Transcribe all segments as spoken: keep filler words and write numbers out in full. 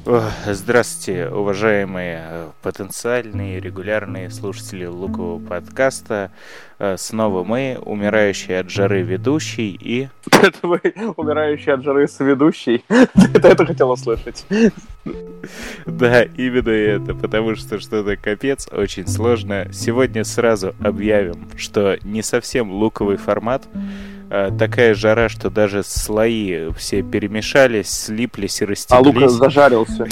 Ох, Здравствуйте, уважаемые потенциальные регулярные слушатели Лукового подкаста. Э, Снова мы, умирающие от жары ведущий и... Это вы, умирающий от жары соведущий. Ты это хотел услышать. Да, именно это, потому что что-то капец, очень сложно. Сегодня сразу объявим, что не совсем луковый формат. Такая жара, что даже слои все перемешались, слиплись и растеклись. А лук зажарился.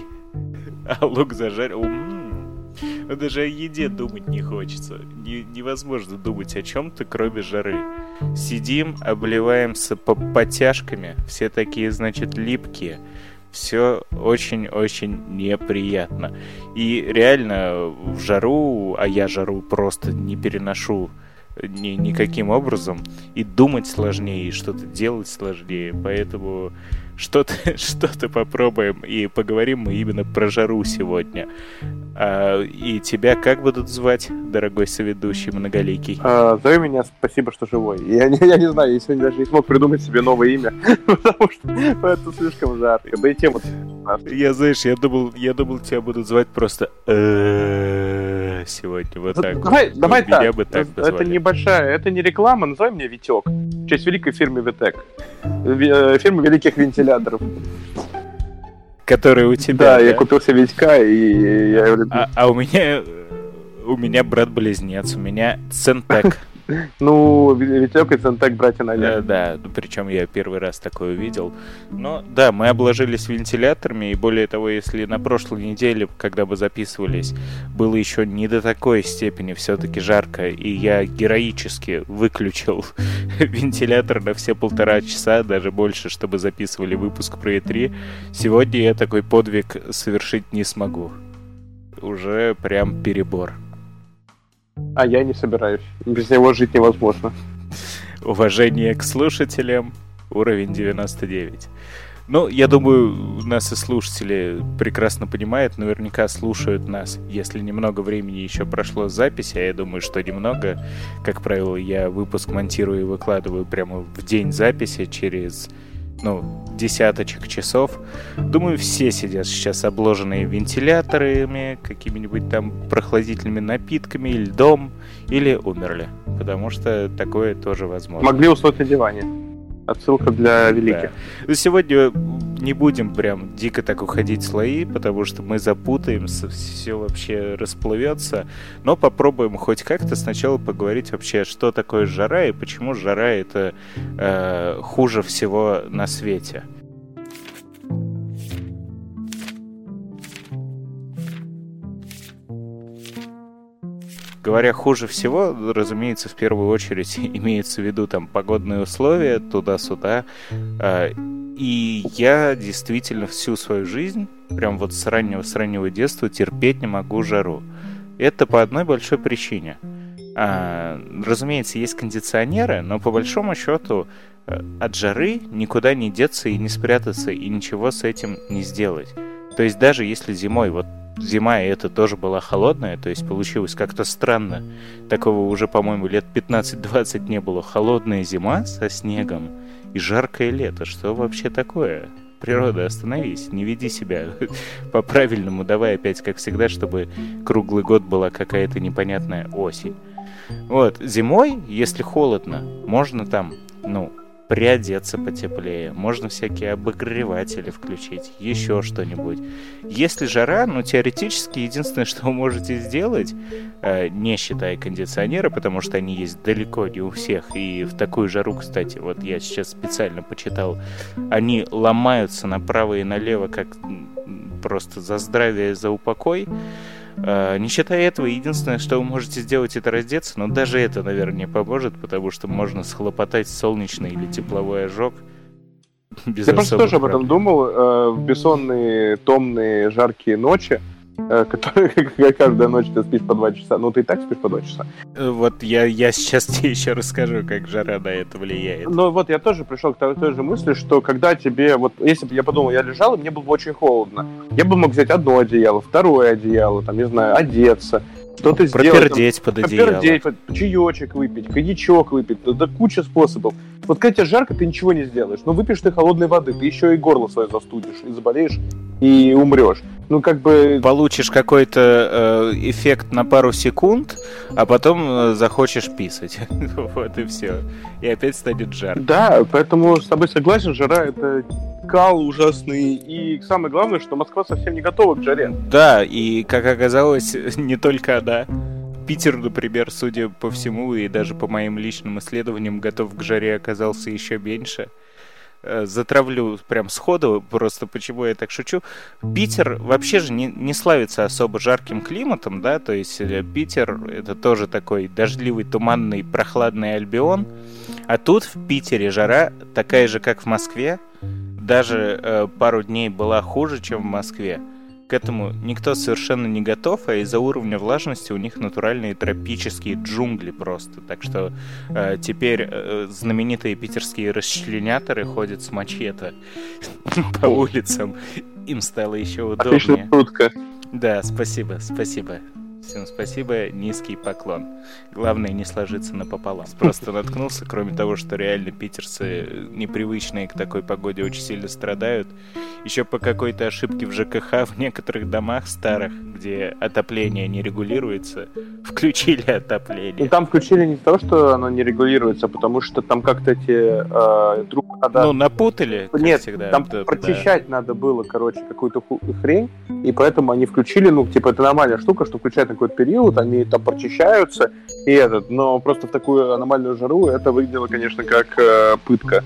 А лук зажарил. Даже о еде думать не хочется. Невозможно думать о чем-то, кроме жары. Сидим, обливаемся по потяжками. Все такие, значит, липкие. Все очень-очень неприятно. И реально в жару, а я жару просто не переношу Ни, никаким образом, и думать сложнее, и что-то делать сложнее, поэтому что-то, что-то попробуем, и поговорим мы именно про жару сегодня. А, и тебя как будут звать, дорогой соведущий многоликий? А, зови меня «Спасибо, что живой». Я не, я не знаю, я сегодня даже не смог придумать себе новое имя, потому что это слишком жарко, да и тема. Я, знаешь, я думал, я думал, тебя будут звать просто сегодня, вот так. Давай, давай так, меня бы так это небольшая, это не реклама, назови меня Витек, в честь великой фирмы Витек, фирмы великих вентиляторов. Которые у тебя, да? Да, я купил себе Витька, и я его люблю. А, а у меня, у меня брат-близнец, у меня Центек. Ну, Витек и Центек братья, наверное. Да, да, причем я первый раз такое увидел. Но да, мы обложились вентиляторами, и более того, если на прошлой неделе, когда мы записывались, было еще не до такой степени все-таки жарко, и я героически выключил вентилятор на все полтора часа, даже больше, чтобы записывали выпуск про и три, сегодня я такой подвиг совершить не смогу. Уже прям перебор. А я не собираюсь. Без него жить невозможно. Уважение к слушателям. Уровень девяносто девять. Ну, я думаю, нас и слушатели прекрасно понимают, наверняка слушают нас, если немного времени еще прошло с записи, а я думаю, что немного. Как правило, я выпуск монтирую и выкладываю прямо в день записи через... ну, десяточек часов. Думаю, все сидят сейчас обложенные вентиляторами, какими-нибудь там прохладительными напитками, льдом, или умерли. Потому что такое тоже возможно. Могли уснуть на диване. Отсылка для великих. Да. Сегодня не будем прям дико так уходить в слои, потому что мы запутаемся, все вообще расплывется. Но попробуем хоть как-то сначала поговорить вообще, что такое жара и почему жара это э, хуже всего на свете. Говоря хуже всего, разумеется, в первую очередь имеется в виду там погодные условия, туда-сюда. И я действительно всю свою жизнь, прям вот с раннего, с раннего детства терпеть не могу жару. Это по одной большой причине. Разумеется, есть кондиционеры, но по большому счету от жары никуда не деться и не спрятаться, и ничего с этим не сделать. То есть даже если зимой, вот зима и это тоже была холодная, то есть получилось как-то странно. Такого уже, по-моему, лет пятнадцать-двадцать не было. Холодная зима со снегом и жаркое лето. Что вообще такое? Природа, остановись, не веди себя по-правильному. Давай опять, как всегда, чтобы круглый год была какая-то непонятная осень. Вот, зимой, если холодно, можно там, ну, приодеться потеплее, можно всякие обогреватели включить, еще что-нибудь. Если жара, ну, теоретически, единственное, что вы можете сделать, э, не считая кондиционера, потому что они есть далеко не у всех, и в такую жару, кстати, вот я сейчас специально почитал, они ломаются направо и налево, как просто за здравие, за упокой. Uh, не считая этого, единственное, что вы можете сделать, это раздеться, но даже это, наверное, не поможет, потому что можно схлопотать солнечный или тепловой ожог. Без Я просто тоже проблем. об этом думал. Э, в бессонные, томные, жаркие ночи, э, которые каждая ночь ты спишь по два часа, ну ты и так спишь по два часа. Вот я, я сейчас тебе еще расскажу, как жара на это влияет. Ну вот я тоже пришел к той, той же мысли, что когда тебе, вот если бы я подумал, я лежал, и мне было бы очень холодно, я бы мог взять одно одеяло, второе одеяло, там, не знаю, одеться, что-то сделать. Пропердеть под одеяло. Пропердеть, чаечек выпить, коньячок выпить, да, да куча способов. Вот когда тебе жарко, ты ничего не сделаешь. Но выпьешь ты холодной воды, ты еще и горло свое застудишь и заболеешь и умрешь. Ну, как бы... Получишь какой-то э, эффект на пару секунд, а потом э, захочешь писать. Вот и все. И опять станет жарко. Да, поэтому с тобой согласен, жара — это кал ужасный. И самое главное, что Москва совсем не готова к жаре. Да, и, как оказалось, не только она. Питер, например, судя по всему, и даже по моим личным исследованиям, готов к жаре оказался еще меньше. Затравлю прям сходу, просто почему я так шучу. Питер вообще же не, не славится особо жарким климатом, да, то есть Питер — это тоже такой дождливый, туманный, прохладный Альбион, а тут в Питере жара такая же, как в Москве, даже э, пару дней была хуже, чем в Москве. К этому никто совершенно не готов, а из-за уровня влажности у них натуральные тропические джунгли просто. Так что э, теперь э, знаменитые питерские расчленяторы ходят с мачете по улицам. Им стало еще удобнее. Отличная шутка. Да, спасибо, спасибо. Всем спасибо, низкий поклон. Главное не сложиться напополам. Просто наткнулся, кроме того, что реально питерцы, непривычные к такой погоде, очень сильно страдают. Еще по какой-то ошибке в ЖКХ в некоторых домах старых, где отопление не регулируется, включили отопление. И там включили не то, что оно не регулируется, потому что там как-то эти э, трубы надо... Ну, напутали, как Нет, всегда. там да, прочищать да. надо было, короче, какую-то ху- хрень, и поэтому они включили, ну, типа, это нормальная штука, что включают на какой-то период, они там прочищаются, и этот, но просто в такую аномальную жару это выглядело, конечно, как э, пытка.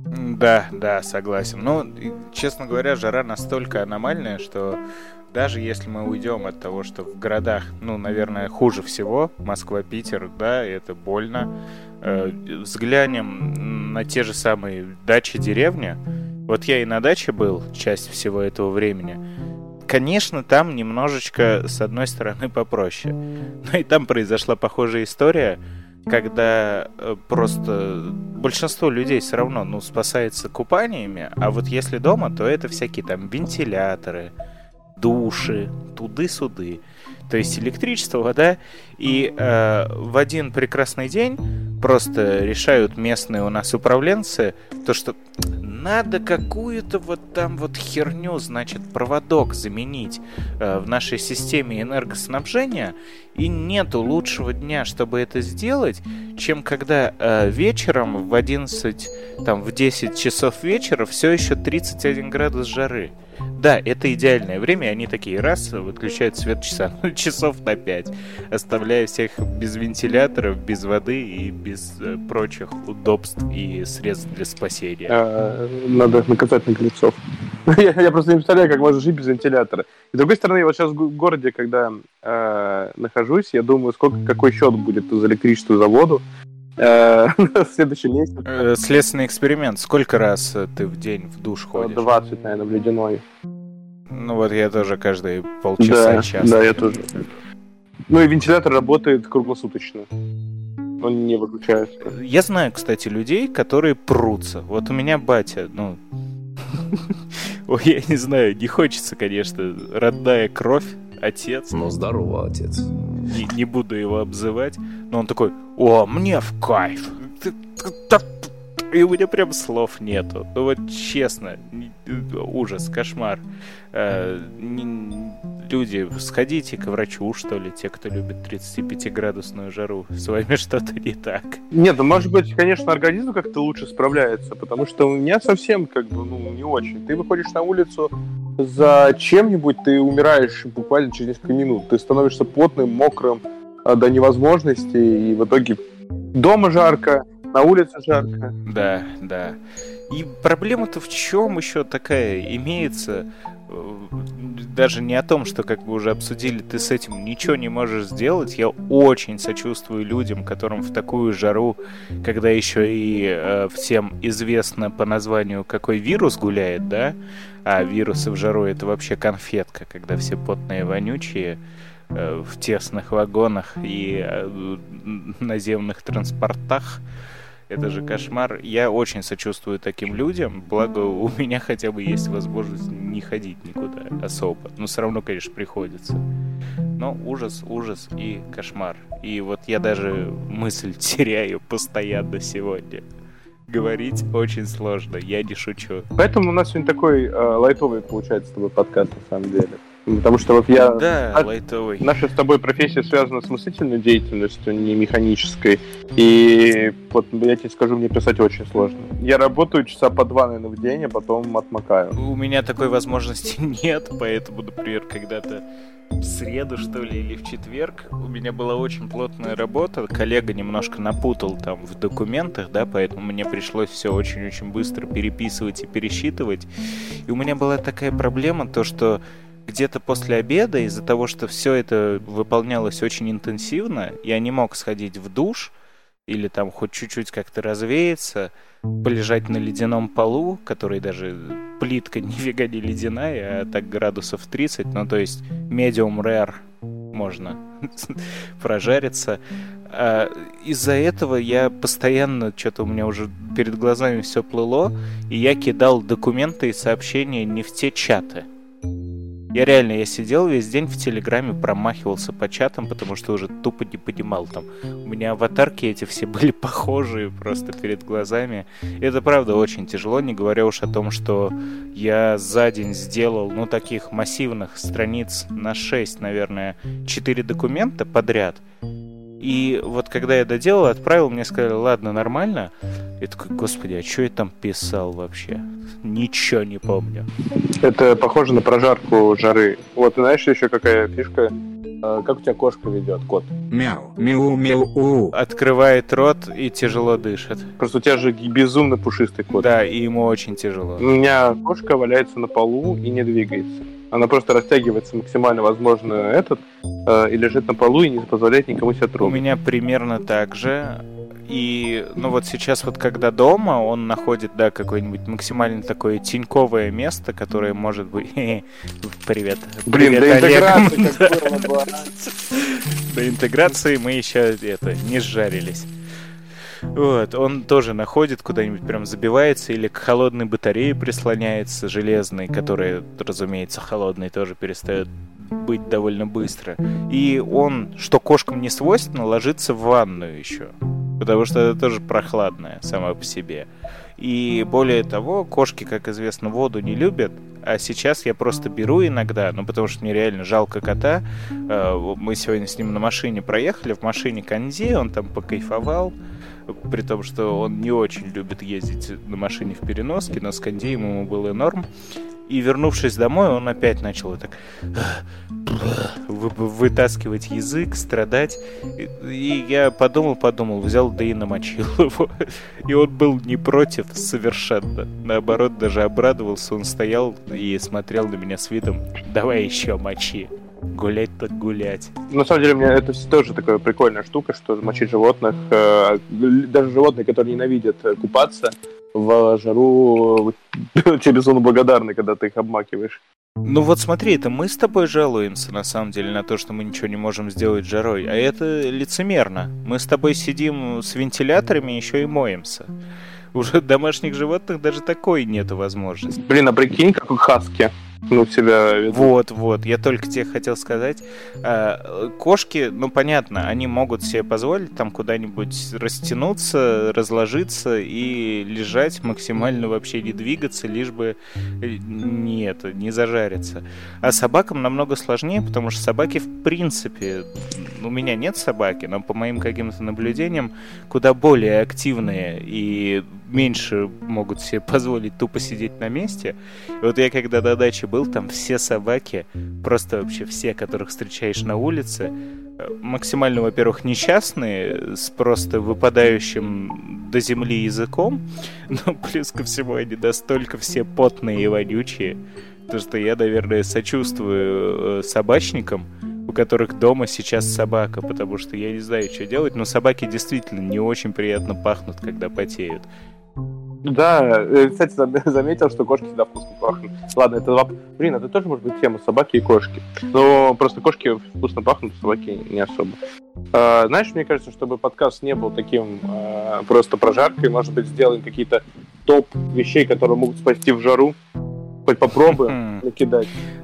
Да, да, согласен. Ну, честно говоря, жара настолько аномальная, что даже если мы уйдем от того, что в городах, ну, наверное, хуже всего, Москва, Питер, да, это больно, э, взглянем на те же самые дачи, деревни. Вот я и на даче был часть всего этого времени. Конечно, там немножечко, с одной стороны, попроще. Но и там произошла похожая история, когда э, просто большинство людей все равно, ну, спасается купаниями, а вот если дома, то это всякие там вентиляторы, души, туды-суды. То есть электричество, вода. И э, в один прекрасный день просто решают местные у нас управленцы то, что надо какую-то вот там вот херню, значит, проводок заменить э, в нашей системе энергоснабжения. И нету лучшего дня, чтобы это сделать, чем когда э, вечером в одиннадцать, там, в десять часов вечера все еще тридцать один градус жары. Да, это идеальное время, и они такие раз выключают свет часа, ну, часов на пять, оставляя всех без вентиляторов, без воды и без э, прочих удобств и средств для спасения. А, надо наказать наглецов. я, я просто не представляю, как можно жить без вентилятора. И с другой стороны, вот сейчас в городе, когда э, нахожусь, я думаю, сколько, какой счет будет за электричество, за воду э, в следующем месяце. Э, следственный эксперимент. Сколько раз ты в день в душ ходишь? двадцать, наверное, в ледяной. Ну вот я тоже каждые полчаса, да, час. Да, я тоже. Ну и вентилятор работает круглосуточно. Он не выключается. Я знаю, кстати, людей, которые прутся. Вот у меня батя, ну... Ой, я не знаю, не хочется, конечно, родная кровь, отец. Ну, здорово, отец. Не, не буду его обзывать, но он такой: о, мне в кайф. И у меня прям слов нету. Ну вот честно, ужас, кошмар. Люди, сходите к врачу, что ли, те, кто любит тридцатипятиградусную жару. С вами что-то не так. Нет, ну, может быть, конечно, организм как-то лучше справляется, потому что у меня совсем, как бы, ну, не очень. Ты выходишь на улицу за чем-нибудь, ты умираешь буквально через несколько минут. Ты становишься потным, мокрым до невозможности, и в итоге дома жарко, на улице жарко. Да, да. И проблема-то в чем еще такая имеется? Даже не о том, что, как мы уже обсудили, ты с этим ничего не можешь сделать. Я очень сочувствую людям, которым в такую жару, когда еще и э, всем известно по названию, какой вирус гуляет, да? А вирусы в жару — это вообще конфетка, когда все потные, вонючие э, в тесных вагонах и э, наземных транспортах. Это же кошмар. Я очень сочувствую таким людям, благо у меня хотя бы есть возможность не ходить никуда особо. Но все равно, конечно, приходится. Но ужас, ужас и кошмар. И вот я даже мысль теряю постоянно сегодня. говорить очень сложно, я не шучу. Поэтому у нас сегодня такой э, лайтовый получается с тобой подкаст, на самом деле. Потому что вот я... Да, а, лайтовый. Наша с тобой профессия связана с мыслительной деятельностью, не механической. И вот я тебе скажу, мне писать очень сложно. Я работаю часа по два, наверное, в день, а потом отмокаю. У меня такой возможности нет, поэтому, например, когда-то в среду, что ли, или в четверг у меня была очень плотная работа. Коллега немножко напутал там в документах, да, поэтому мне пришлось все очень-очень быстро переписывать и пересчитывать. И у меня была такая проблема, то что где-то после обеда, из-за того, что все это выполнялось очень интенсивно, я не мог сходить в душ или там хоть чуть-чуть как-то развеяться, полежать на ледяном полу, который даже плитка нифига не ледяная, а так градусов тридцать, ну то есть medium rare можно прожариться. А из-за этого я постоянно, что-то у меня уже перед глазами все плыло, и я кидал документы и сообщения не в те чаты. Я реально, я сидел весь день в Телеграме, промахивался по чатам, потому что уже тупо не понимал там. У меня аватарки эти все были похожие просто перед глазами. И это правда очень тяжело, не говоря уж о том, что я за день сделал, ну, таких массивных страниц на шесть, наверное, четыре документа подряд. И вот когда я доделал, отправил, мне сказали, ладно, нормально. Я такой, господи, а что я там писал вообще? Ничего не помню. Это похоже на прожарку жары. Вот, знаешь, еще какая фишка? Как у тебя кошка ведет, кот? Мяу, мяу, мяу. Открывает рот и тяжело дышит. Просто у тебя же безумно пушистый кот. Да, и ему очень тяжело. У меня кошка валяется на полу и не двигается. Она просто растягивается максимально возможно этот э, и лежит на полу и не позволяет никому себя трогать. У меня примерно так же. И, ну вот сейчас вот когда дома, он находит, да, какое-нибудь максимально такое теньковое место, которое может быть... Привет. Блин, Привет, до Олег. интеграции как было. До интеграции мы еще это не сжарились. Вот, он тоже находит куда-нибудь, прям забивается или к холодной батарее прислоняется, железной, которая, разумеется, холодной тоже перестает быть довольно быстро. И он, что кошкам не свойственно, ложится в ванную еще, потому что это тоже прохладная сама по себе. И более того, кошки, как известно, воду не любят. А сейчас я просто беру иногда, ну потому что мне реально жалко кота. Мы сегодня с ним на машине проехали, в машине кондей, он там покайфовал. При том, что он не очень любит ездить на машине в переноске, но с кондеем ему было норм. И вернувшись домой, он опять начал так вытаскивать язык, страдать. И я подумал-подумал, взял да и намочил его. И он был не против совершенно. Наоборот, даже обрадовался. Он стоял и смотрел на меня с видом: давай еще мочи. Гулять так гулять. На самом деле, у меня это тоже такая прикольная штука, что мочить животных, э, даже животные, которые ненавидят купаться, в жару тебе безумно благодарны, когда ты их обмакиваешь. Ну вот смотри, это мы с тобой жалуемся, на самом деле, на то, что мы ничего не можем сделать жарой, а это лицемерно. Мы с тобой сидим с вентиляторами, еще и моемся. Уже домашних животных даже такой нету возможности. Блин, а прикинь, как у хаски. Ну, себя ведут. Вот, вот, я только тебе хотел сказать. А, кошки, ну, понятно, они могут себе позволить там куда-нибудь растянуться, разложиться и лежать, максимально вообще не двигаться, лишь бы не, это, не зажариться. А собакам намного сложнее, потому что собаки, в принципе, у меня нет собаки, но по моим каким-то наблюдениям, куда более активные и меньше могут себе позволить тупо сидеть на месте. И вот я когда на даче был, там все собаки, просто вообще все, которых встречаешь на улице, максимально, во-первых, несчастные, с просто выпадающим до земли языком, но плюс ко всему они настолько все потные и вонючие, то что я, наверное, сочувствую собачникам, у которых дома сейчас собака, потому что я не знаю, что делать, но собаки действительно не очень приятно пахнут, когда потеют. Да, кстати, заметил, что кошки всегда вкусно пахнут. Ладно, это, блин, это тоже может быть тема собаки и кошки. Но просто кошки вкусно пахнут, а собаки не особо. А, знаешь, мне кажется, чтобы подкаст не был таким а, просто прожаркой, может быть, сделаем какие-то топ вещей, которые могут спасти в жару. Хоть попробуем накидать.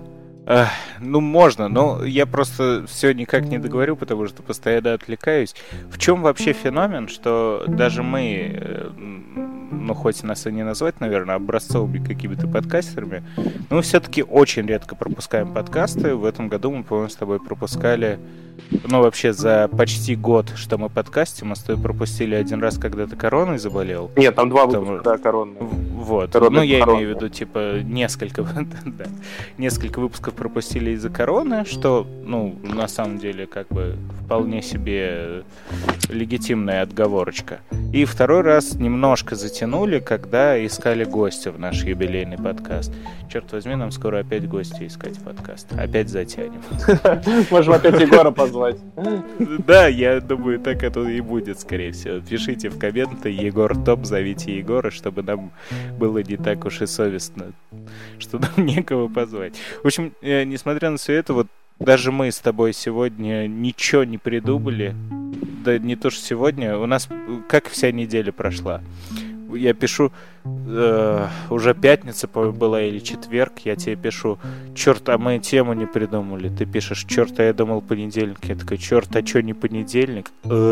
Эх, ну, можно, но я просто все никак не договорю, потому что постоянно отвлекаюсь. В чем вообще феномен, что даже мы, ну, хоть нас и не назвать, наверное, образцовыми какими-то подкастерами, но мы все-таки очень редко пропускаем подкасты. В этом году мы, по-моему, с тобой пропускали, ну, вообще за почти год, что мы подкастим, мы с тобой пропустили один раз, когда ты короной заболел. Нет, там два Там- выпуска, да, коронные. Вот. Коронная Ну, я корона. имею в виду, типа, несколько, да, несколько выпусков пропустили из-за короны, что, ну, на самом деле, как бы, вполне себе легитимная отговорочка. И второй раз немножко затянули, когда искали гостя в наш юбилейный подкаст. Черт возьми, нам скоро опять гостя искать в подкаст. Опять затянем. Можем опять Егора позвать. Да, я думаю, так это и будет, скорее всего. Пишите в комменты Егор Топ, зовите Егора, чтобы нам было не так уж и совестно, что нам некого позвать. В общем, э, несмотря на все это, вот даже мы с тобой сегодня ничего не придумали. Да не то, что сегодня. У нас э, как вся неделя прошла. Я пишу, э, уже пятница по- была или четверг, я тебе пишу, черт, а мы тему не придумали. Ты пишешь, черт, а я думал понедельник. Я такой, черт, а что не понедельник?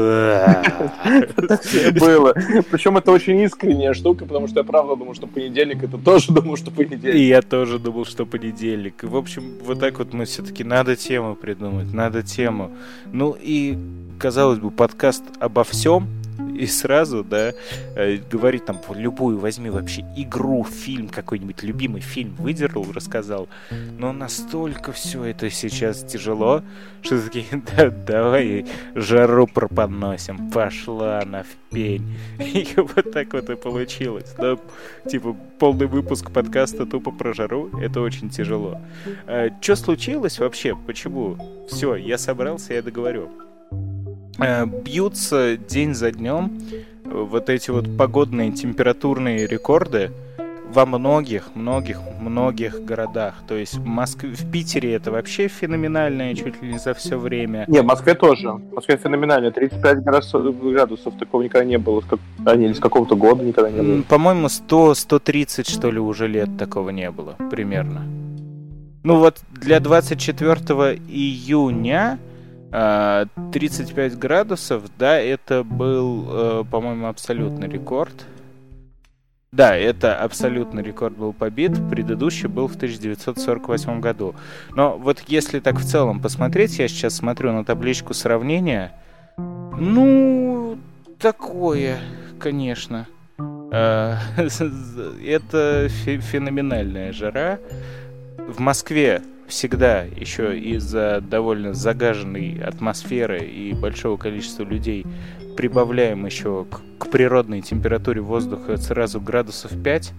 Было. Причем это очень искренняя штука, потому что я правда думал, что понедельник, это тоже думал, что И понедельник. я тоже думал, что понедельник. И, в общем, вот так вот мы все-таки надо тему придумать, надо тему. Ну и, казалось бы, подкаст обо всем, и сразу, да, э, говорить там любую, возьми вообще игру, фильм, какой-нибудь любимый фильм выдернул, рассказал. Но настолько все это сейчас тяжело, что такие, да, давай жару пропоносим, пошла она в пень. И вот так вот и получилось. Да, типа, полный выпуск подкаста тупо про жару, это очень тяжело. А, что случилось вообще? Почему? Все, я собрался, я договорю. Э, Бьются день за днем вот эти вот погодные температурные рекорды во многих, многих, многих городах. То есть в Москве, в Питере это вообще феноменальное чуть ли не за все время. Не, в Москве тоже. В Москве феноменально. тридцать пять градусов, градусов такого никогда не было. С как- А, не, или с какого-то года никогда не М, было. По-моему, сто сто тридцать, что ли, уже лет такого не было, примерно. Ну вот для двадцать четвёртого июня а, тридцать пять градусов, да, это был, э, по-моему, абсолютный рекорд. Да, это абсолютный рекорд был побит. Предыдущий был в тысяча девятьсот сорок восьмом году. Но вот если так в целом посмотреть, я сейчас смотрю на табличку сравнения. Ну, такое, конечно. Э, Это фе- феноменальная жара. В Москве всегда еще из-за довольно загаженной атмосферы и большого количества людей прибавляем еще к, к природной температуре воздуха сразу градусов пять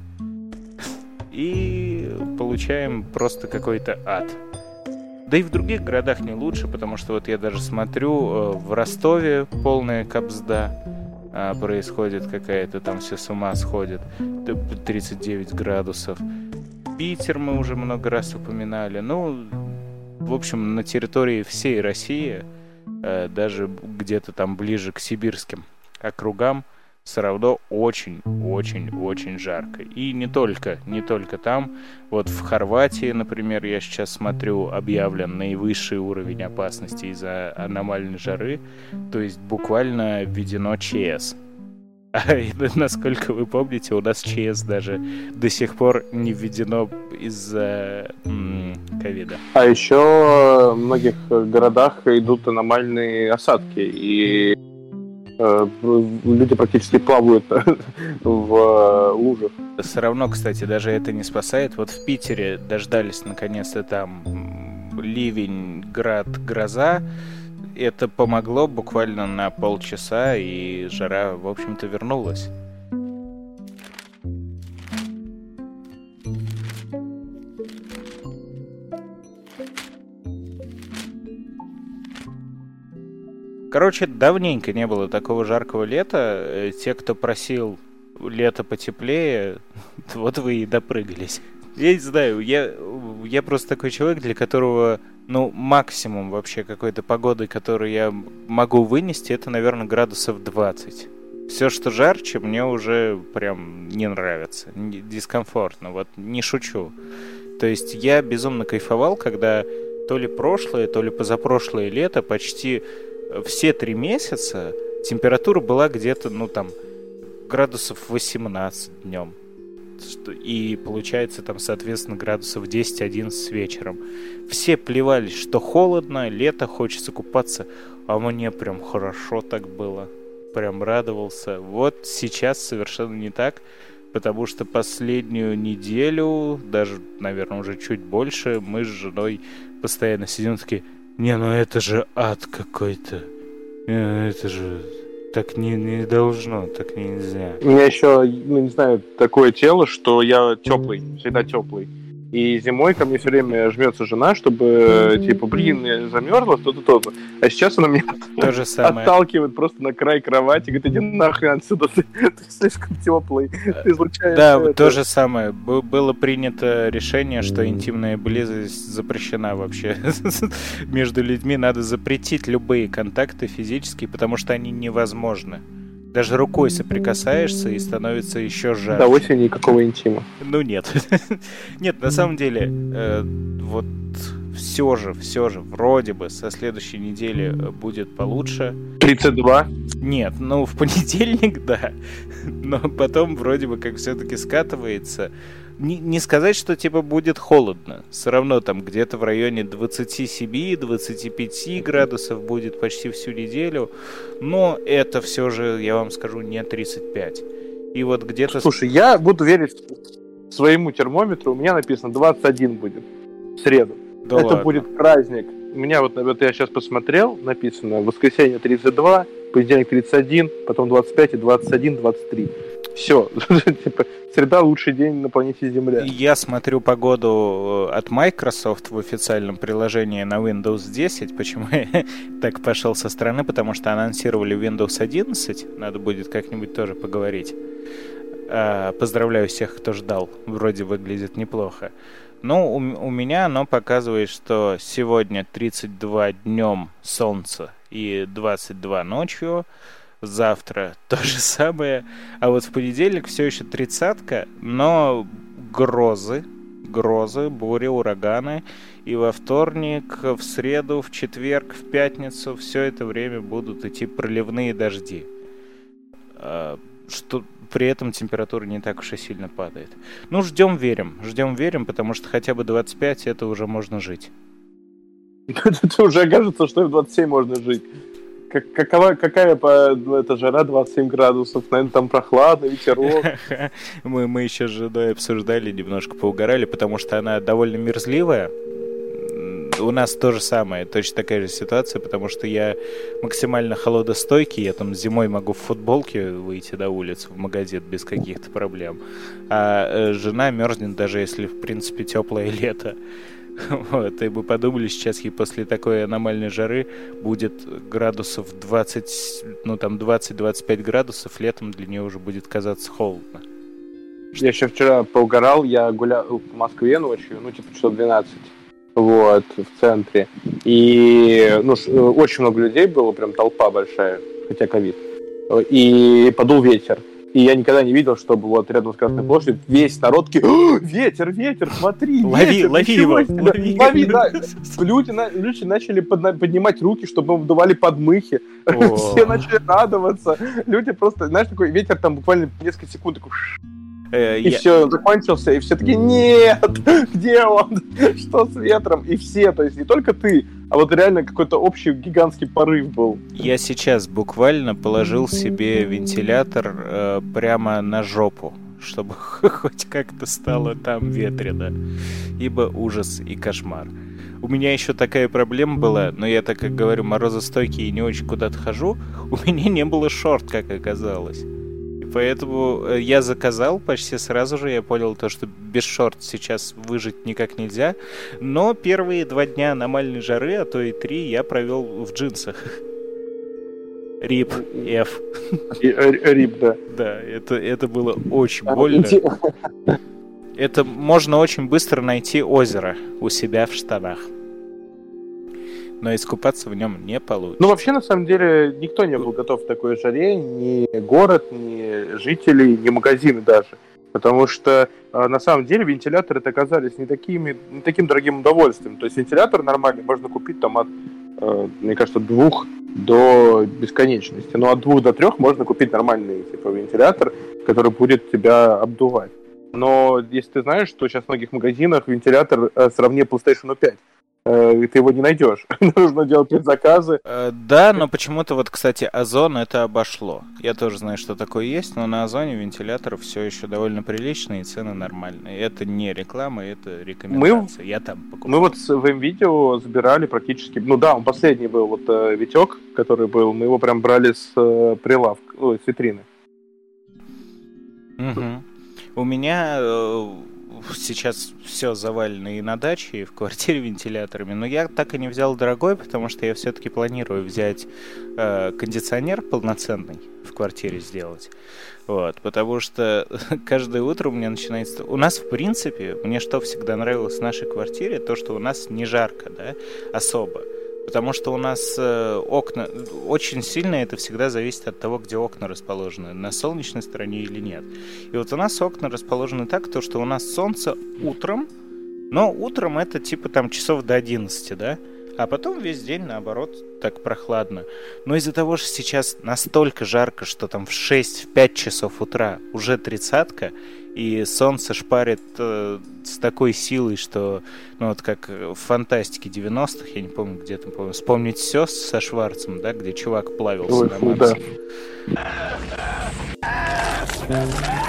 и получаем просто какой-то ад. Да и в других городах не лучше, потому что вот я даже смотрю, э, в Ростове полная кабзда а, происходит какая-то, там все с ума сходят, Т- тридцать девять градусов. Питер мы уже много раз упоминали. Ну, в общем, на территории всей России, э, даже где-то там ближе к сибирским округам, все равно очень-очень-очень жарко. И не только, не только там. Вот в Хорватии, например, я сейчас смотрю, объявлен наивысший уровень опасности из-за аномальной жары. То есть буквально введено ЧС. А, и, насколько вы помните, у нас ЧС даже до сих пор не введено из-за м, ковида. А еще в многих городах идут аномальные осадки, и э, люди практически плавают в э, лужах. Все равно, кстати, даже это не спасает. Вот в Питере дождались наконец-то там м, ливень, град, гроза. Это помогло буквально на полчаса, и жара, в общем-то, вернулась. Короче, давненько не было такого жаркого лета. Э, Те, кто просил лето потеплее, вот вы и допрыгались. Я не знаю, я, я просто такой человек, для которого, ну, максимум вообще какой-то погоды, которую я могу вынести, это, наверное, градусов двадцать. Все, что жарче, мне уже прям не нравится, не- дискомфортно, вот не шучу. То есть я безумно кайфовал, когда то ли прошлое, то ли позапрошлое лето, почти все три месяца температура была где-то, ну там, градусов восемнадцать днем. И получается там, соответственно, градусов десять-одиннадцать вечером. Все плевались, что холодно, лето, хочется купаться, а мне прям хорошо так было. Прям радовался. Вот сейчас совершенно не так, потому что последнюю неделю, даже, наверное, уже чуть больше, мы с женой постоянно сидим такие: не, ну это же ад какой-то. Это же... Так не, не должно, так нельзя. У меня еще, ну не знаю, такое тело, что я теплый, всегда теплый. И зимой ко мне все время жмется жена, чтобы, типа, блин, я замерзла, то-то, то-то. А сейчас она меня то же самое. Отталкивает просто на край кровати, говорит: иди нахрен отсюда, ты, ты слишком теплый, ты излучаешь. Да, это. то же самое. Б- было принято решение, что интимная близость запрещена вообще. Между людьми надо запретить любые контакты физические, потому что они невозможны. Даже рукой соприкасаешься и становится еще жарче. До осени никакого интима. Ну нет. Нет, на самом деле, э, вот все же, все же, вроде бы со следующей недели будет получше. тридцать два? Нет, ну в понедельник, да. Но потом вроде бы как все-таки скатывается. Не, не сказать, что типа будет холодно. Все равно там где-то в районе двадцать семь - двадцать пять градусов будет почти всю неделю. Но это все же, я вам скажу, не тридцать пять. И вот где-то... Слушай, я буду верить своему термометру. У меня написано двадцать один будет в среду. Да это ладно. будет праздник. У меня вот, вот я сейчас посмотрел, написано: воскресенье тридцать два, понедельник тридцать один, потом двадцать пять и двадцать один, двадцать три. Все. Типа, среда — лучший день на планете Земля. Я смотрю погоду от Microsoft в официальном приложении на Windows десять. Почему я так пошел со стороны? Потому что анонсировали Windows одиннадцать. Надо будет как-нибудь тоже поговорить. Поздравляю всех, кто ждал. Вроде выглядит неплохо. Ну, у, у меня оно показывает, что сегодня тридцать два днем солнца и двадцать два ночью. Завтра то же самое. А вот в понедельник все еще тридцатка, но грозы, грозы, бури, ураганы. И во вторник, в среду, в четверг, в пятницу все это время будут идти проливные дожди. Что при этом температура не так уж и сильно падает. Ну, ждем, верим. Ждем, верим, потому что хотя бы двадцать пять это уже можно жить. Это уже кажется, что и в двадцать семь можно жить. Как, какова, какая по, ну, это жара, двадцать семь градусов, наверное, там прохладно, ветерок. мы, мы еще с женой обсуждали, немножко поугорали, потому что она довольно мерзливая. У нас то же самое, точно такая же ситуация, потому что я максимально холодостойкий, я там зимой могу в футболке выйти на улицу, в магазин без каких-то проблем. А жена мерзнет, даже если, в принципе, теплое лето. Вот, и мы подумали, сейчас ей после такой аномальной жары будет градусов двадцать, ну там двадцать-двадцать пять градусов, летом для нее уже будет казаться холодно. Я еще вчера поугорал, я гулял в Москве ночью, ну типа часов двенадцать, вот, в центре, и ну, очень много людей было, прям толпа большая, хотя ковид, и подул ветер. И я никогда не видел, чтобы вот рядом с Красной площадью весь народ такие: ветер, ветер, смотри, лови, ветер, лови его, лови, лови, да. Люди, люди начали под, поднимать руки, чтобы им выдували подмыхи. Все начали радоваться. Люди просто, знаешь, такой ветер там буквально несколько секунд такой... И я... все, он закончился, и все такие: нет, где он? Что с ветром? И все, то есть не только ты, а вот реально какой-то общий гигантский порыв был. Я сейчас буквально положил себе вентилятор э, прямо на жопу, чтобы хоть как-то стало там ветрено. Ибо ужас и кошмар. У меня еще такая проблема была, но я, так как говорю, морозостойкий и не очень куда-то хожу, у меня не было шорт, как оказалось. Поэтому я заказал почти сразу же, я понял то, что без шорт сейчас выжить никак нельзя. Но первые два дня аномальной жары, а то и три, я провел в джинсах. Рип, F. Рип, да. Да, это, это было очень больно. Это можно очень быстро найти озеро у себя в штанах. Но искупаться в нем не получится. Ну, вообще, на самом деле, никто не был готов к такой жаре. Ни город, ни жители, ни магазины даже. Потому что э, на самом деле вентиляторы оказались не, такими, не таким дорогим удовольствием. То есть вентилятор нормальный можно купить там от, э, мне кажется, двух до бесконечности. Но от двух до трех можно купить нормальный типа вентилятор, который будет тебя обдувать. Но если ты знаешь, что сейчас в многих магазинах вентилятор э, сравни PlayStation пять, э, ты его не найдешь. Нужно делать предзаказы. Э, да, но почему-то вот, кстати, Озон это обошло. Я тоже знаю, что такое есть, но на Озоне вентилятор все еще довольно приличные и цены нормальные. Это не реклама, это рекомендация. Мы, Я там покупал. Мы вот в МВидео забирали практически... Ну да, он последний был, вот э, Витек, который был, мы его прям брали с э, прилавка, ой, с витрины. Угу. У меня э, сейчас все завалено и на даче, и в квартире вентиляторами, но я так и не взял дорогой, потому что я все-таки планирую взять э, кондиционер полноценный в квартире сделать. Вот, потому что каждое утро у меня начинается... У нас, в принципе, мне что всегда нравилось в нашей квартире, то, что у нас не жарко, да, особо. Потому что у нас э, окна... Очень сильно это всегда зависит от того, где окна расположены, на солнечной стороне или нет. И вот у нас окна расположены так, то, что у нас солнце утром, но утром это типа там часов до одиннадцати, да? А потом весь день, наоборот, так прохладно. Но из-за того, что сейчас настолько жарко, что там в шесть-пять часов утра уже тридцатка, и солнце шпарит э, с такой силой, что, ну вот как в фантастике девяностых, я не помню, где там, помню, «Вспомнить все» со Шварцем, да, где чувак плавился. Ой, на Марсе. Да.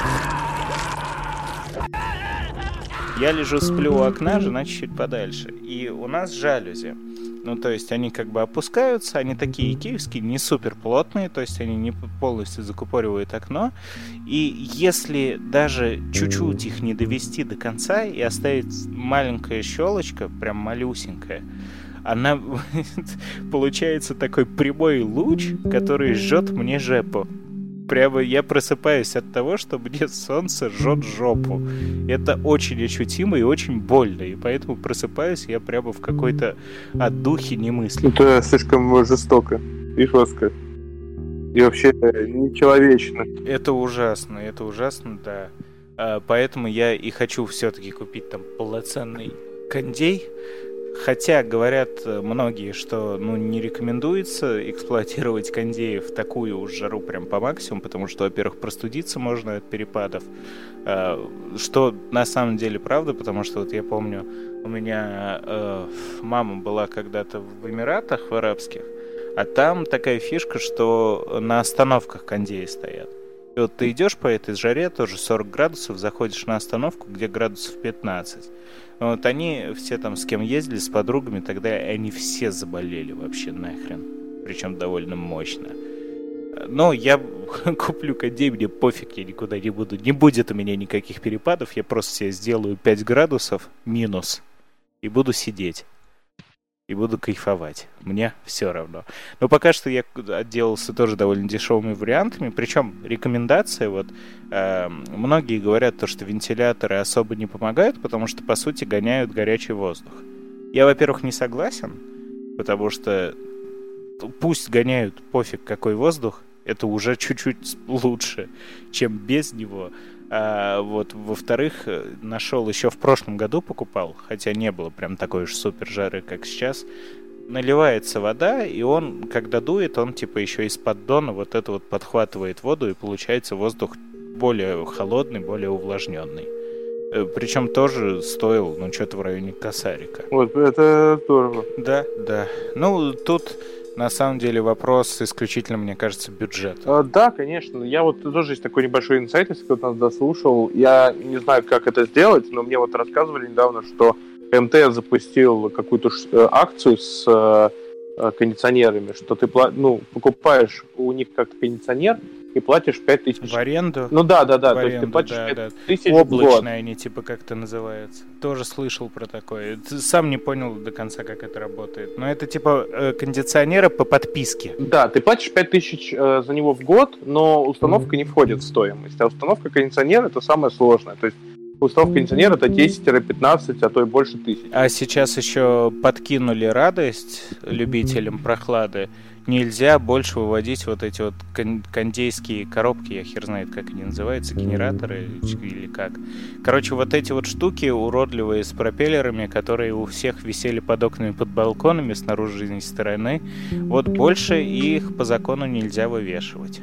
Я лежу, сплю у окна, жена чуть-чуть подальше. И у нас жалюзи. Ну, то есть они как бы опускаются, они такие икеевские, не супер плотные, то есть они не полностью закупоривают окно. И если даже чуть-чуть их не довести до конца и оставить маленькая щелочка, прям малюсенькая, она получается такой прямой луч, который жжет мне жопу. Прямо я просыпаюсь от того, что мне солнце жжет жопу. Это очень ощутимо и очень больно. И поэтому просыпаюсь я прямо в какой-то отдухе немыслимой. Это слишком жестоко и жестко. И вообще нечеловечно. Это ужасно, это ужасно, да. А, поэтому я и хочу все-таки купить там полноценный кондей. Хотя говорят многие, что ну, не рекомендуется эксплуатировать кондеи в такую уж жару прям по максимуму, потому что, во-первых, простудиться можно от перепадов, что на самом деле правда, потому что вот я помню, у меня э, мама была когда-то в Эмиратах, в арабских, а там такая фишка, что на остановках кондеи стоят. И вот ты идешь по этой жаре, тоже сорок градусов, заходишь на остановку, где градусов пятнадцать. Вот они все там с кем ездили, с подругами, тогда они все заболели вообще нахрен. Причем довольно мощно. Но я куплю кондей, мне пофиг, я никуда не буду. Не будет у меня никаких перепадов, я просто себе сделаю пять градусов минус и буду сидеть. И буду кайфовать. Мне все равно. Но пока что я отделался тоже довольно дешевыми вариантами. Причем рекомендация, вот э, многие говорят, то, что вентиляторы особо не помогают, потому что, по сути, гоняют горячий воздух. Я, во-первых, не согласен, потому что пусть гоняют пофиг какой воздух, это уже чуть-чуть лучше, чем без него. А вот, во-вторых, нашел еще в прошлом году, покупал, хотя не было прям такой уж супер жары, как сейчас. Наливается вода, и он, когда дует, он типа еще из поддона вот это вот подхватывает воду, и получается воздух более холодный, более увлажненный. Причем тоже стоил, ну, что-то в районе косарика. Вот, это здорово. Да, да. Ну, тут... На самом деле вопрос исключительно, мне кажется, бюджета. А, да, конечно. Я вот тоже есть такой небольшой инсайт, если кто-то нас дослушал. Я не знаю, как это сделать, но мне вот рассказывали недавно, что МТС запустил какую-то акцию с э, кондиционерами, что ты ну, покупаешь у них как-то кондиционер и платишь пять тысяч. В аренду? Ну да, да, да. В То аренду, есть ты платишь да, пять да. тысяч Облачные в год. они, типа, как это называется. Тоже слышал про такое. Сам не понял до конца, как это работает. Но это, типа, кондиционеры по подписке. Да, ты платишь пять тысяч э, за него в год, но установка не входит в стоимость. А установка кондиционера — это самое сложное. То есть установка кондиционера — это десять-пятнадцать, а то и больше тысяч. А сейчас еще подкинули радость любителям прохлады нельзя больше выводить вот эти вот кон- кондейские коробки, я хер знает, как они называются, генераторы или как. Короче, вот эти вот штуки уродливые с пропеллерами, которые у всех висели под окнами, под балконами, снаружи жизненной стороны, вот больше их по закону нельзя вывешивать.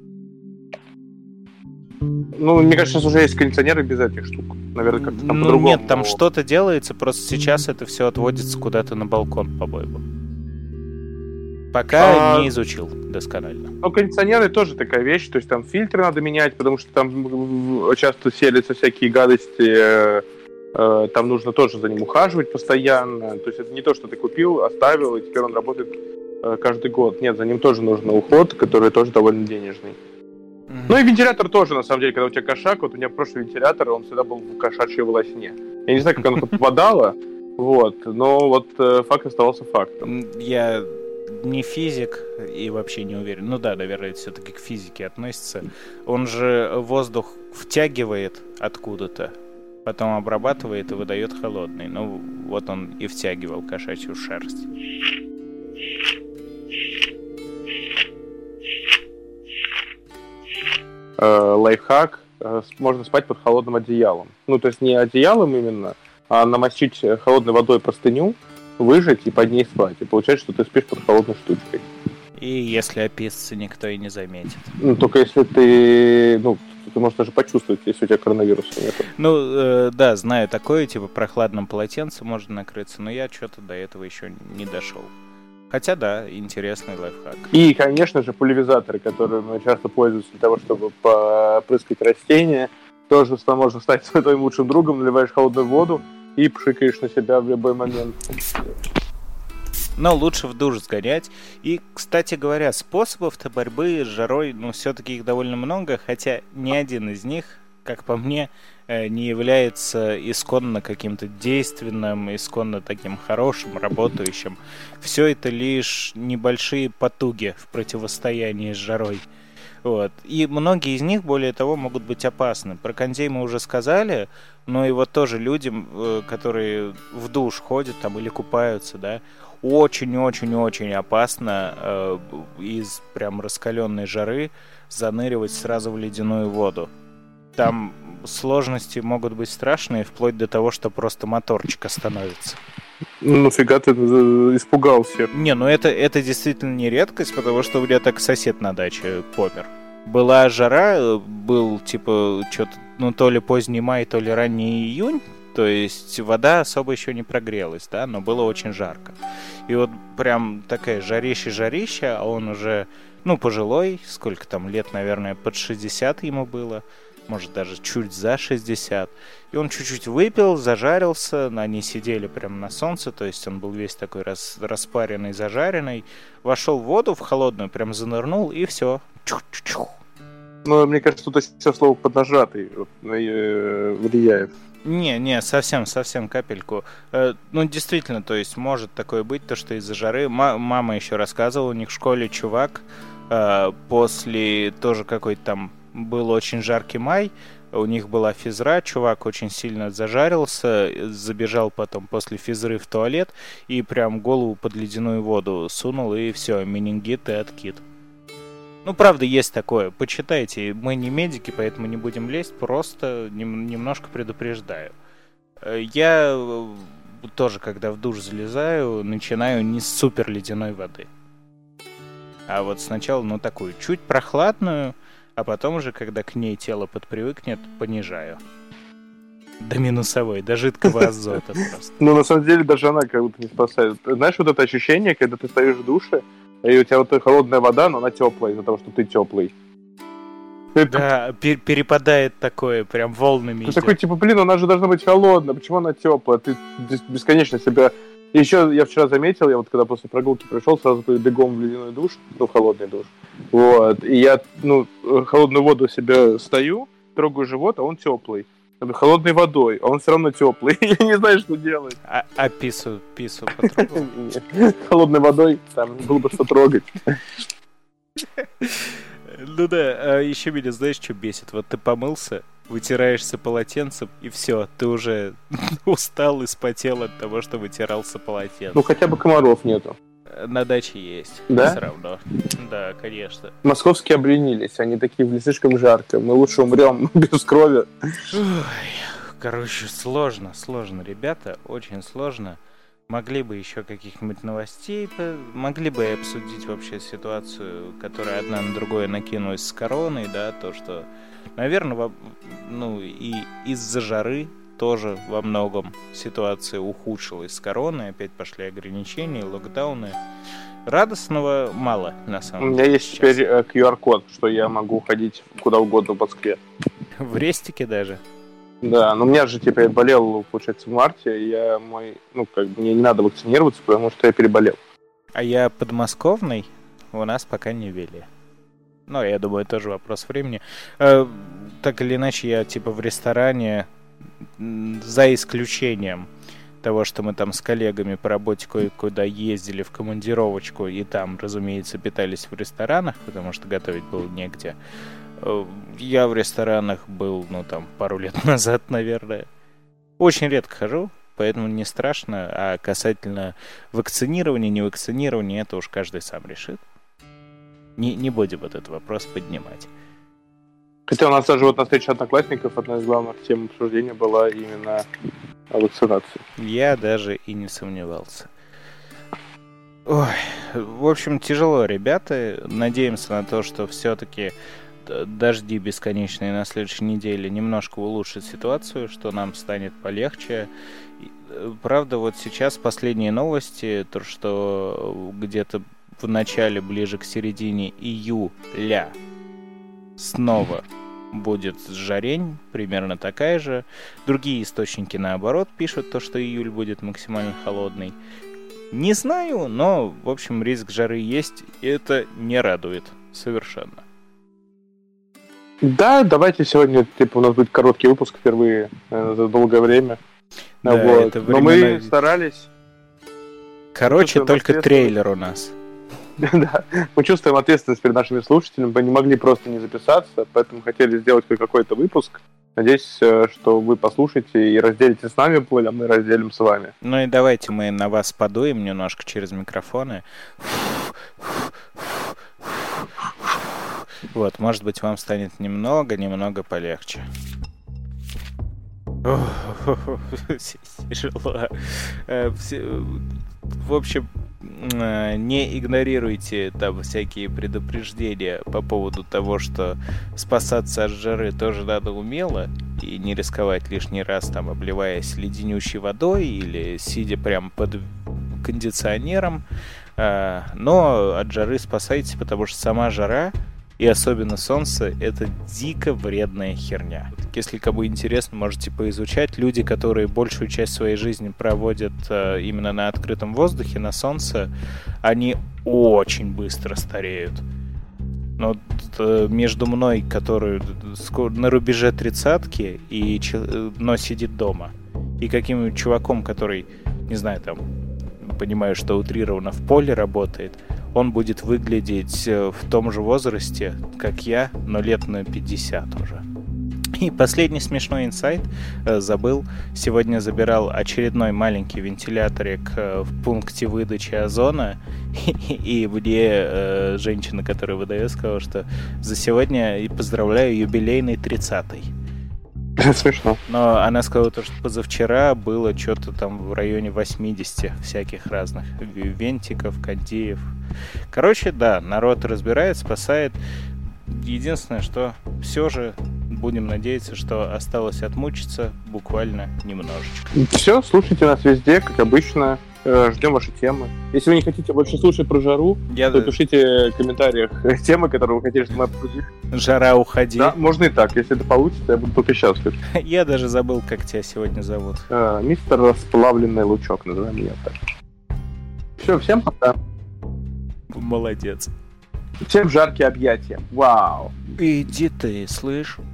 Ну, мне кажется, сейчас уже есть кондиционеры без этих штук. Наверное, как-то там ну, по-другому. Нет, там что-то делается, просто сейчас это все отводится куда-то на балкон, по-моему. Пока а... не изучил досконально. Ну, кондиционеры тоже такая вещь, то есть там фильтры надо менять, потому что там часто селятся всякие гадости, там нужно тоже за ним ухаживать постоянно. То есть это не то, что ты купил, оставил, и теперь он работает каждый год. Нет, за ним тоже нужен уход, который тоже довольно денежный. Ну и вентилятор тоже, на самом деле, когда у тебя кошак, вот у меня прошлый вентилятор, он всегда был в кошачьей волосне. Я не знаю, как оно попадало, вот, но вот э, факт оставался фактом. Я не физик и вообще не уверен. Ну да, наверное, это все-таки к физике относится. Он же воздух втягивает откуда-то, потом обрабатывает и выдает холодный. Ну вот он и втягивал кошачью шерсть. Лайфхак, можно спать под холодным одеялом. Ну, то есть не одеялом именно, а намочить холодной водой простыню, выжать и под ней спать. И получается, что ты спишь под холодной штучкой. И если описаться, никто и не заметит. Ну, только если ты... Ну, ты можешь даже почувствовать, если у тебя коронавируса нет. Ну, э, да, знаю такое, типа прохладным полотенцем можно накрыться, но я что-то до этого еще не дошел. Хотя, да, интересный лайфхак. И, конечно же, пульверизаторы, которыми часто пользуются для того, чтобы попрыскать растения. Тоже можно стать своим лучшим другом, наливаешь холодную воду и пшикаешь на себя в любой момент. Но лучше в душ сгонять. И, кстати говоря, способов-то борьбы с жарой, ну, все-таки их довольно много, хотя ни один из них, как по мне, не является исконно каким-то действенным, исконно таким хорошим, работающим. Все это лишь небольшие потуги в противостоянии с жарой. Вот. И многие из них, более того, могут быть опасны. Про кондей мы уже сказали, но и вот тоже людям, которые в душ ходят там или купаются, да, очень-очень-очень опасно э, из прям раскаленной жары заныривать сразу в ледяную воду. Там сложности могут быть страшные, вплоть до того, что просто моторчик остановится. Ну, нафига ты испугался? Не, ну это, это действительно не редкость, потому что у меня так сосед на даче помер. Была жара, был типа что-то, ну то ли поздний май, то ли ранний июнь, то есть вода особо еще не прогрелась, да, но было очень жарко. И вот прям такая жарища-жарища, а он уже, ну, пожилой, сколько там лет, наверное, под шестьдесят ему было, может даже чуть за шестьдесят. И он чуть-чуть выпил, зажарился, они сидели прямо на солнце, то есть он был весь такой рас, распаренный, зажаренный. Вошел в воду, в холодную, прям занырнул, и все. Чух-чух-чух. Ну, мне кажется, тут еще слово «поднажатый» вот, э, влияет. Не, не, совсем, совсем капельку. Э, ну, действительно, то есть может такое быть, то, что из-за жары. М- мама еще рассказывала, у них в школе чувак э, после тоже какой-то там был очень жаркий май, у них была физра, чувак очень сильно зажарился, забежал потом после физры в туалет и прям голову под ледяную воду сунул, и все, менингит и откид. Ну, правда, есть такое. Почитайте. Мы не медики, поэтому не будем лезть. Просто нем- немножко предупреждаю. Я тоже, когда в душ залезаю, начинаю не с супер ледяной воды. А вот сначала, ну, такую чуть прохладную, а потом уже, когда к ней тело подпривыкнет, понижаю. До минусовой, до жидкого азота просто. Ну, на самом деле, даже она как будто не спасает. Знаешь, вот это ощущение, когда ты стоишь в душе, и у тебя вот холодная вода, но она теплая из-за того, что ты теплый. Да, пер- перепадает такое, прям волнами. Ты такой, типа, блин, она же должна быть холодная, почему она теплая? Ты бесконечно себя... Еще я вчера заметил, я вот когда после прогулки пришел, сразу бегом в ледяной душ, ну, в холодный душ. Вот, и я, ну, холодную воду себе стою, трогаю живот, а он теплый. Холодной водой, а он все равно теплый. Я не знаю, что делать. А, а пису, пису потрогал? Холодной водой, там было бы что трогать. Ну да, а еще меня, знаешь, что бесит? Вот ты помылся, вытираешься полотенцем, и все, ты уже устал и спотел от того, что вытирался полотенцем. Ну хотя бы комаров нету. На даче есть. Да? Все равно. Да, конечно. Московские обленились, они такие, блин, слишком жарко, мы лучше умрем без крови. Ой, короче, сложно, сложно, ребята, очень сложно. Могли бы еще каких-нибудь новостей, могли бы обсудить вообще ситуацию, которая одна на другое накинулась с короной, да, то, что, наверное, ну, и из-за жары тоже во многом ситуация ухудшилась с короной, опять пошли ограничения, локдауны. Радостного мало, на самом деле. У меня есть сейчас. Теперь э, ку ар-код, что я могу ходить куда угодно в Москве. В рестике даже? Да, но у меня же теперь болел, получается, в марте, я мой, ну, как бы мне не надо вакцинироваться, потому что я переболел. А я подмосковный, у нас пока не ввели. Ну, я думаю, тоже вопрос времени. Э, так или иначе, я типа в ресторане, за исключением того, что мы там с коллегами по работе кое-куда ездили в командировочку, и там, разумеется, питались в ресторанах, потому что готовить было негде. Я в ресторанах был, ну, там, пару лет назад, наверное. Очень редко хожу, поэтому не страшно. А касательно вакцинирования, не вакцинирования, это уж каждый сам решит. Не, не будем вот этот вопрос поднимать. Хотя у нас даже вот на встрече одноклассников одна из главных тем обсуждения была именно вакцинация. Я даже и не сомневался. Ой, в общем, тяжело, ребята. Надеемся на то, что все-таки дожди бесконечные на следующей неделе немножко улучшат ситуацию, что нам станет полегче. Правда, вот сейчас последние новости, то, что где-то в начале, ближе к середине июля снова будет жарень, примерно такая же. Другие источники, наоборот, пишут то, что июль будет максимально холодный. Не знаю, но, в общем, риск жары есть, и это не радует совершенно. Да, давайте сегодня, типа, у нас будет короткий выпуск впервые э, за долгое время. Да, вот. это Но времена... мы старались. Короче, мы только трейлер у нас. Да, мы чувствуем ответственность перед нашими слушателями, мы не могли просто не записаться, поэтому хотели сделать какой-то выпуск. Надеюсь, что вы послушаете и разделите с нами боль, а мы разделим с вами. Ну и давайте мы на вас подуем немножко через микрофоны. Вот, может быть, вам станет немного-немного полегче. Тяжело. В общем, не игнорируйте там всякие предупреждения по поводу того, что спасаться от жары тоже надо умело и не рисковать лишний раз, там, обливаясь леденющей водой или сидя прямо под кондиционером. Но от жары спасайтесь, потому что сама жара и особенно солнце — это дико вредная херня. Если кому интересно, можете поизучать. Люди, которые большую часть своей жизни проводят э, именно на открытом воздухе, на солнце, они очень быстро стареют. Но э, между мной, который на рубеже тридцатки, и, но сидит дома, и каким-нибудь чуваком, который, не знаю, там, понимаю, что утрированно в поле работает, он будет выглядеть в том же возрасте, как я, но лет на пятьдесят уже. И последний смешной инсайт, забыл. Сегодня забирал очередной маленький вентиляторик в пункте выдачи озона, и мне женщина, которая выдает, сказала, что за сегодня и поздравляю юбилейный тридцатый. Смешно. Но она сказала, то, что позавчера было что-то там в районе восемьдесят всяких разных вентиков, кондеев. Короче, да, народ разбирает, спасает. Единственное, что все же будем надеяться, что осталось отмучиться буквально немножечко. Все, слушайте нас везде, как обычно. Ждем ваши темы. Если вы не хотите больше слушать про жару, Я... то пишите в комментариях темы, которые вы хотели, чтобы мы обсудили. Жара, уходи. Да, можно и так. Если это получится, я буду только счастлив. Я даже забыл, как тебя сегодня зовут. А, мистер Расплавленный Лучок, называем меня так. Все, всем пока. Молодец. Всем жаркие объятия. Вау. Иди ты, слышь.